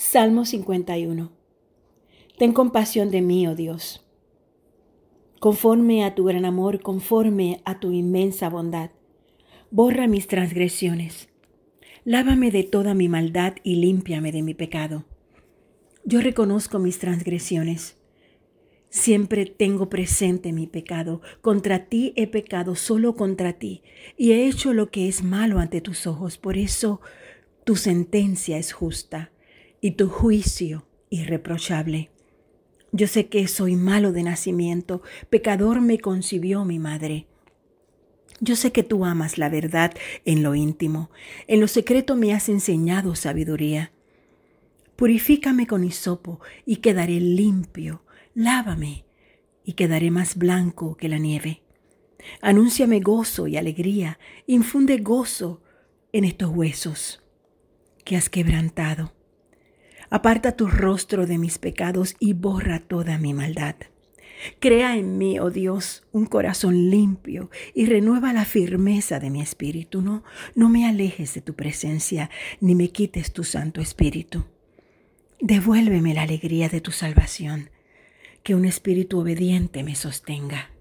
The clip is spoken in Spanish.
Salmo 51. Ten compasión de mí, oh Dios, conforme a tu gran amor, conforme a tu inmensa bondad. Borra mis transgresiones. Lávame de toda mi maldad y límpiame de mi pecado. Yo reconozco mis transgresiones. Siempre tengo presente mi pecado. Contra ti he pecado, solo contra ti, y he hecho lo que es malo ante tus ojos. Por eso tu sentencia es justa y tu juicio irreprochable. Yo sé que soy malo de nacimiento, pecador me concibió mi madre. Yo sé que tú amas la verdad en lo íntimo, en lo secreto me has enseñado sabiduría. Purifícame con hisopo y quedaré limpio, lávame y quedaré más blanco que la nieve. Anúnciame gozo y alegría, infunde gozo en estos huesos que has quebrantado. Aparta tu rostro de mis pecados y borra toda mi maldad. Crea en mí, oh Dios, un corazón limpio y renueva la firmeza de mi espíritu. No me alejes de tu presencia, ni me quites tu Santo Espíritu. Devuélveme la alegría de tu salvación, que un espíritu obediente me sostenga.